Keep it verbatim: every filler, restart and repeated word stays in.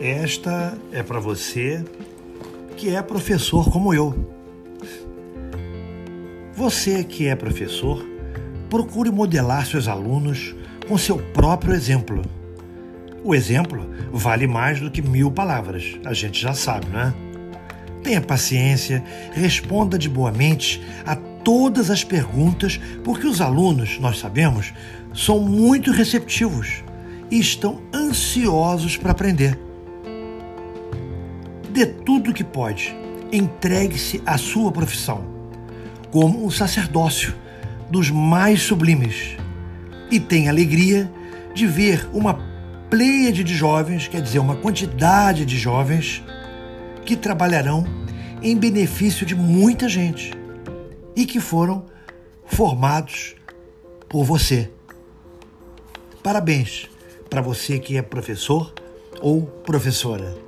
Esta é para você que é professor como eu. Você que é professor, procure modelar seus alunos com seu próprio exemplo. O exemplo vale mais do que mil palavras, a gente já sabe, não é? Tenha paciência, responda de boa mente a todas as perguntas, porque os alunos, nós sabemos, são muito receptivos e estão ansiosos para aprender. Dê tudo o que pode, entregue-se à sua profissão, como um sacerdócio dos mais sublimes, e tenha alegria de ver uma pleiade de jovens, quer dizer, uma quantidade de jovens que trabalharão em benefício de muita gente e que foram formados por você. Parabéns para você que é professor ou professora.